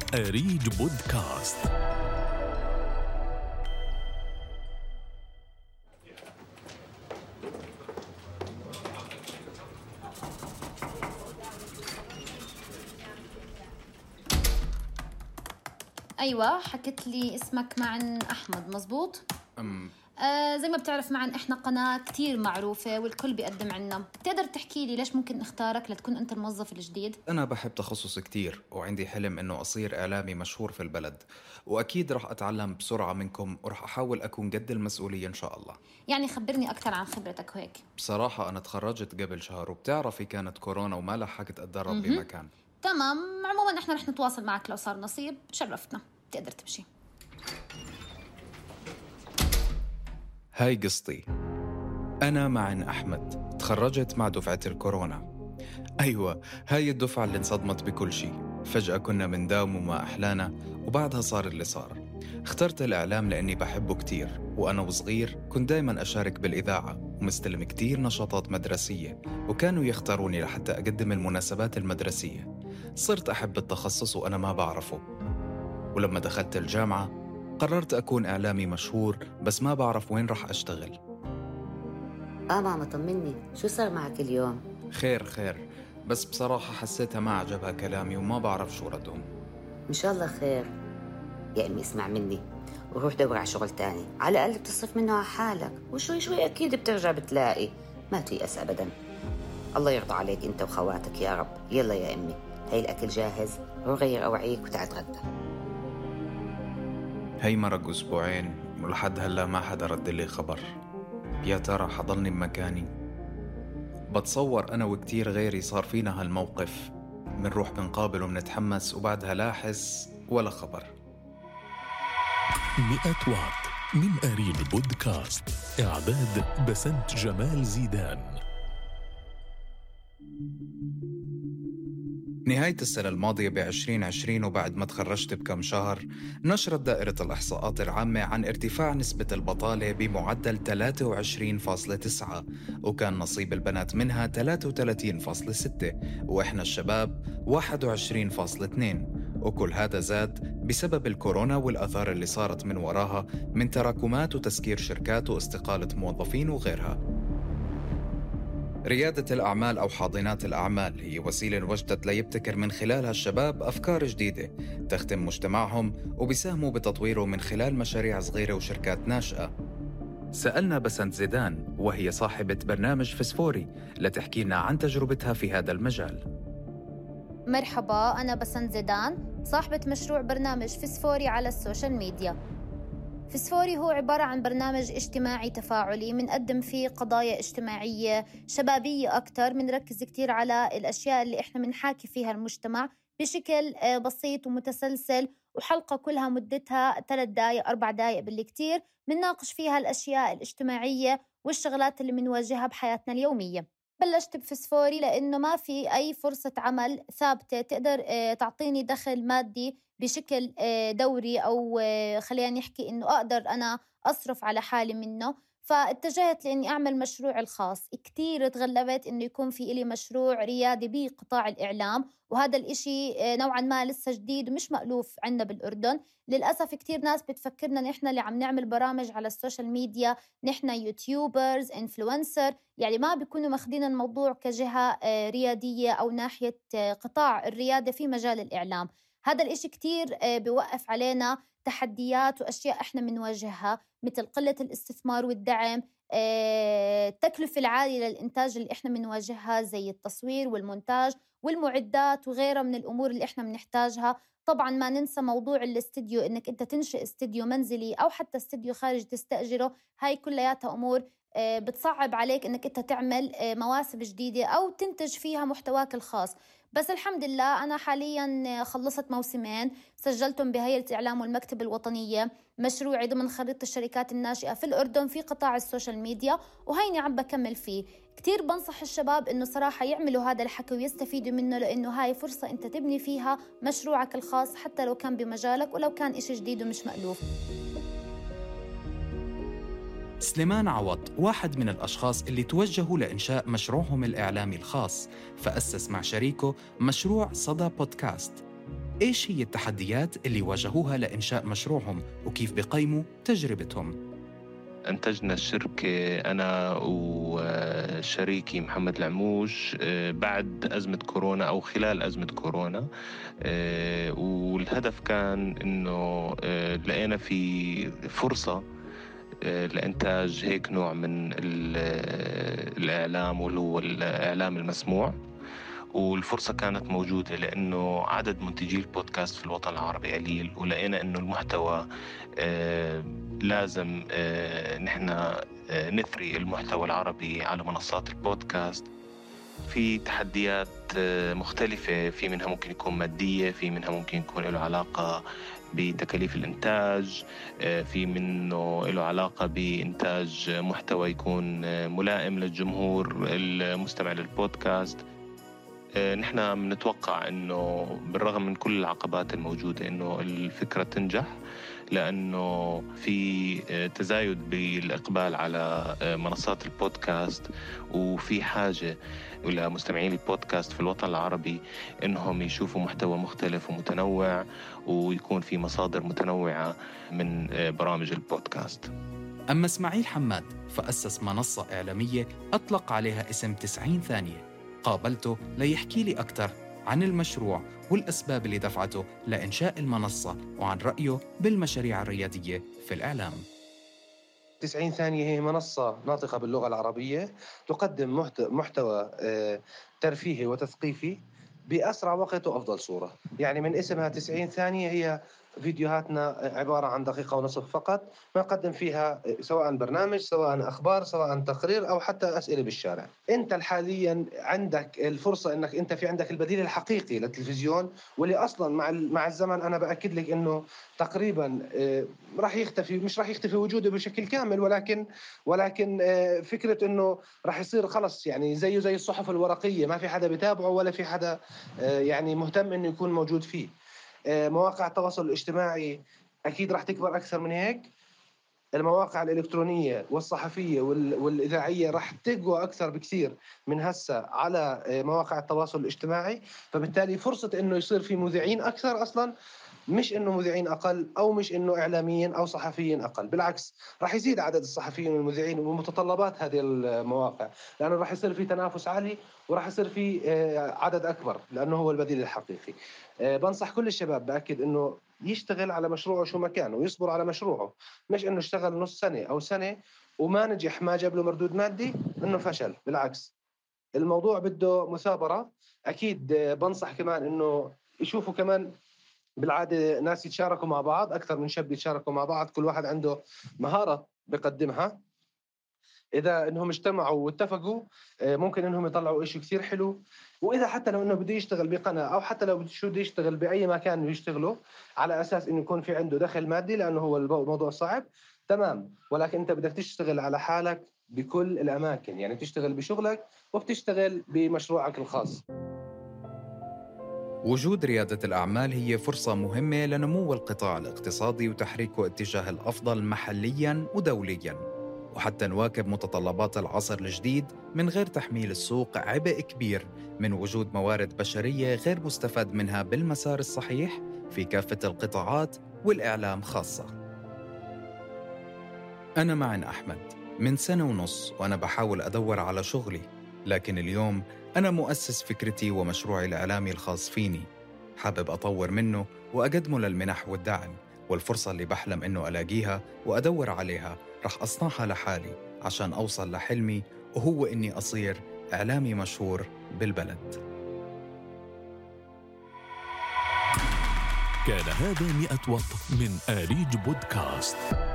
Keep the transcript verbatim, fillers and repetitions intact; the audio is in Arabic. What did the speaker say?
أريج بودكاست. أيوة، حكيت لي اسمك معن أحمد، مزبوط؟ أم آه زي ما بتعرف معن إحنا قناة كتير معروفة والكل بيقدم عنا. تقدر تحكي لي ليش ممكن نختارك لتكون أنت الموظف الجديد؟ أنا بحب تخصص كتير وعندي حلم إنه أصير إعلامي مشهور في البلد، وأكيد رح أتعلم بسرعة منكم ورح أحاول أكون قد المسؤولية إن شاء الله. يعني خبرني أكتر عن خبرتك هيك. بصراحة أنا تخرجت قبل شهر، وبتعرفي كانت كورونا وما لحقت أتدرب بمكان. تمام، عموما إحنا رح نتواصل معك لو صار نصيب. شرفتنا، تقدر تمشي. هاي قصتي. أنا معن أحمد، تخرجت مع دفعة الكورونا. أيوة، هاي الدفعة اللي انصدمت بكل شيء. فجأة كنا منداوم وما أحلانا، وبعدها صار اللي صار. اخترت الإعلام لأني بحبه كتير، وأنا وصغير كنت دايما أشارك بالإذاعة ومستلم كتير نشاطات مدرسية، وكانوا يختاروني لحتى أقدم المناسبات المدرسية. صرت أحب التخصص وأنا ما بعرفه، ولما دخلت الجامعة قررت أكون إعلامي مشهور، بس ما بعرف وين رح أشتغل. آه ماما طمني، شو صار معك اليوم؟ خير خير، بس بصراحة حسيتها ما عجبها كلامي وما بعرف شو ردهم. إن شاء الله خير. يا أمي اسمع مني وروح دور على شغل تاني، على الأقل بتصرف منه على حالك، وشوي شوي أكيد بترجع بتلاقي. ما تيأس أبدا، الله يرضى عليك أنت وخواتك يا رب. يلا يا أمي، هاي الأكل جاهز، روح غير أوعيك وتعال تغدى. هي مرق أسبوعين ولحد هلا ما حدا رد لي خبر. يا ترى حضلني بمكاني؟ بتصور أنا وكتير غيري صار فينا هالموقف، منروح بنقابل ومنتحمس وبعدها لاحس ولا خبر. مئة واط من أريج بودكاست. إعداد بسنت جمال زيدان. نهاية السنة الماضية بعشرين عشرين، وبعد ما تخرجت بكم شهر، نشرت دائرة الإحصاءات العامة عن ارتفاع نسبة البطالة بمعدل ثلاثة وعشرين فاصلة تسعة، وكان نصيب البنات منها ثلاثة وثلاثين فاصلة ستة، وإحنا الشباب واحد وعشرين فاصلة اثنين. وكل هذا زاد بسبب الكورونا والآثار اللي صارت من وراها من تراكمات وتسكير شركات واستقالة موظفين وغيرها. ريادة الأعمال أو حاضنات الأعمال هي وسيلة وجدت ليبتكر من خلالها الشباب أفكار جديدة تخدم مجتمعهم، وبيساهموا بتطويره من خلال مشاريع صغيرة وشركات ناشئة. سألنا بسنت زيدان، وهي صاحبة برنامج فسفوري، لتحكي لنا عن تجربتها في هذا المجال. مرحبا، أنا بسنت زيدان، صاحبة مشروع برنامج فسفوري على السوشيال ميديا. فسفوري هو عبارة عن برنامج اجتماعي تفاعلي منقدم فيه قضايا اجتماعية شبابية أكتر، منركز كتير على الأشياء اللي إحنا منحاكي فيها المجتمع بشكل بسيط ومتسلسل، وحلقة كلها مدتها ثلاث دقايق أربع دقايق بالكتير، منناقش فيها الأشياء الاجتماعية والشغلات اللي منواجهها بحياتنا اليومية. بلشت بفسفوري لأنه ما في أي فرصة عمل ثابتة تقدر تعطيني دخل مادي بشكل دوري، أو خلينا نحكي إنه أقدر أنا أصرف على حالي منه. فاتجهت لأني أعمل مشروع الخاص. كتير تغلبت إنه يكون في إلي مشروع ريادي بقطاع الإعلام، وهذا الإشي نوعا ما لسه جديد ومش مألوف عندنا بالأردن. للأسف كتير ناس بتفكرنا نحن اللي عم نعمل برامج على السوشيال ميديا نحن يوتيوبرز انفلونسر، يعني ما بيكونوا ماخدين الموضوع كجهة ريادية أو ناحية قطاع الريادة في مجال الإعلام. هذا الإشي كتير بيوقف علينا تحديات وأشياء إحنا منواجهها، مثل قلة الاستثمار والدعم، التكلفة العالية للإنتاج اللي إحنا منواجهها زي التصوير والمونتاج والمعدات وغيرها من الأمور اللي إحنا بنحتاجها. طبعاً ما ننسى موضوع الاستديو، إنك أنت تنشئ استديو منزلي أو حتى استديو خارج تستأجره. هاي كلياتها أمور بتصعب عليك إنك أنت تعمل مواسم جديدة أو تنتج فيها محتواك الخاص. بس الحمد لله أنا حالياً خلصت موسمين سجلتهم بهيئة الإعلام والمكتب الوطنية، مشروعي ضمن خريطة الشركات الناشئة في الأردن في قطاع السوشيال ميديا، وهيني عم بكمل فيه. كتير بنصح الشباب إنه صراحة يعملوا هذا الحكي ويستفيدوا منه، لأنه هاي فرصة أنت تبني فيها مشروعك الخاص حتى لو كان بمجالك ولو كان إشي جديد ومش مألوف. سليمان عوض واحد من الأشخاص اللي توجهوا لإنشاء مشروعهم الإعلامي الخاص، فأسس مع شريكه مشروع صدى بودكاست. إيش هي التحديات اللي واجهوها لإنشاء مشروعهم وكيف بيقيموا تجربتهم. أنتجنا الشركة أنا وشريكي محمد العموش بعد أزمة كورونا أو خلال أزمة كورونا، والهدف كان إنه لقينا في فرصة لإنتاج هيك نوع من الإعلام واللي هو الإعلام المسموع، والفرصة كانت موجودة لأنه عدد منتجي البودكاست في الوطن العربي قليل، ولقينا أنه المحتوى آه لازم آه نحن آه نثري المحتوى العربي على منصات البودكاست. في تحديات آه مختلفة، في منها ممكن يكون مادية، في منها ممكن يكون له علاقة بتكاليف الإنتاج، آه في منه له علاقة بإنتاج محتوى يكون آه ملائم للجمهور المستمع للبودكاست. نحن بنتوقع إنه بالرغم من كل العقبات الموجودة إنه الفكرة تنجح، لأنه في تزايد بالإقبال على منصات البودكاست، وفي حاجة إلى مستمعين البودكاست في الوطن العربي إنهم يشوفوا محتوى مختلف ومتنوع، ويكون في مصادر متنوعة من برامج البودكاست. أما إسماعيل حماد فأسس منصة إعلامية أطلق عليها اسم تسعين ثانية. قابلته ليحكي لي أكثر عن المشروع والأسباب اللي دفعته لإنشاء المنصة وعن رأيه بالمشاريع الريادية في الإعلام. تسعين ثانية هي منصة ناطقة باللغة العربية تقدم محتوى ترفيهي وتثقيفي بأسرع وقت وأفضل صورة. يعني من اسمها تسعين ثانية، هي فيديوهاتنا عبارة عن دقيقة ونصف فقط، ما نقدم فيها سواء برنامج، سواء أخبار، سواء تقرير، أو حتى أسئلة بالشارع. أنت حاليا عندك الفرصة أنك أنت في عندك البديل الحقيقي للتلفزيون، واللي أصلا مع مع الزمن أنا بأكد لك أنه تقريبا راح يختفي، مش راح يختفي وجوده بشكل كامل، ولكن ولكن فكرة أنه راح يصير خلص يعني زيه زي الصحف الورقية، ما في حدا بيتابعه ولا في حدا يعني مهتم أنه يكون موجود فيه. مواقع التواصل الاجتماعي أكيد راح تكبر أكثر من هيك. المواقع الإلكترونية والصحفية والإذاعية راح تقوى أكثر بكثير من هسه على مواقع التواصل الاجتماعي، فبالتالي فرصة إنه يصير في مذيعين أكثر أصلاً، مش إنه مذيعين أقل، أو مش إنه إعلاميين أو صحفيين أقل. بالعكس راح يزيد عدد الصحفيين والمذيعين ومتطلبات هذه المواقع، لأنه راح يصير في تنافس عالي وراح يصير في عدد أكبر، لأنه هو البديل الحقيقي. بنصح كل الشباب بأكد إنه يشتغل على مشروعه شو مكانه ويصبر على مشروعه، مش إنه اشتغل نص سنة أو سنة وما نجح، ما جاب له مردود مادي، إنه فشل. بالعكس الموضوع بده مثابرة. أكيد بنصح كمان إنه يشوفوا كمان بالعادة ناس يتشاركوا مع بعض، أكثر من شاب يتشاركوا مع بعض، كل واحد عنده مهارة بقدمها. إذا إنهم اجتمعوا واتفقوا ممكن إنهم يطلعوا إشي كثير حلو. وإذا حتى لو إنه بده يشتغل بقناة، أو حتى لو بده يشتغل بأي مكان يشتغله على أساس إنه يكون في عنده دخل مادي، لأنه هو الموضوع صعب، تمام، ولكن أنت بدك تشتغل على حالك بكل الأماكن، يعني تشتغل بشغلك وبتشتغل بمشروعك الخاص. وجود ريادة الأعمال هي فرصة مهمة لنمو القطاع الاقتصادي وتحريكه اتجاه الأفضل محلياً ودولياً، وحتى نواكب متطلبات العصر الجديد من غير تحميل السوق عبء كبير من وجود موارد بشرية غير مستفاد منها بالمسار الصحيح في كافة القطاعات والإعلام خاصة. أنا معن أحمد من سنة ونص وأنا بحاول أدور على شغلي، لكن اليوم أنا مؤسس فكرتي ومشروعي الإعلامي الخاص فيني، حابب أطور منه وأقدمه للمنح والدعم، والفرصة اللي بحلم إنه ألاقيها وأدور عليها رح أصنعها لحالي عشان أوصل لحلمي، وهو إني أصير إعلامي مشهور بالبلد. كان هذا مئة وط من آريج بودكاست.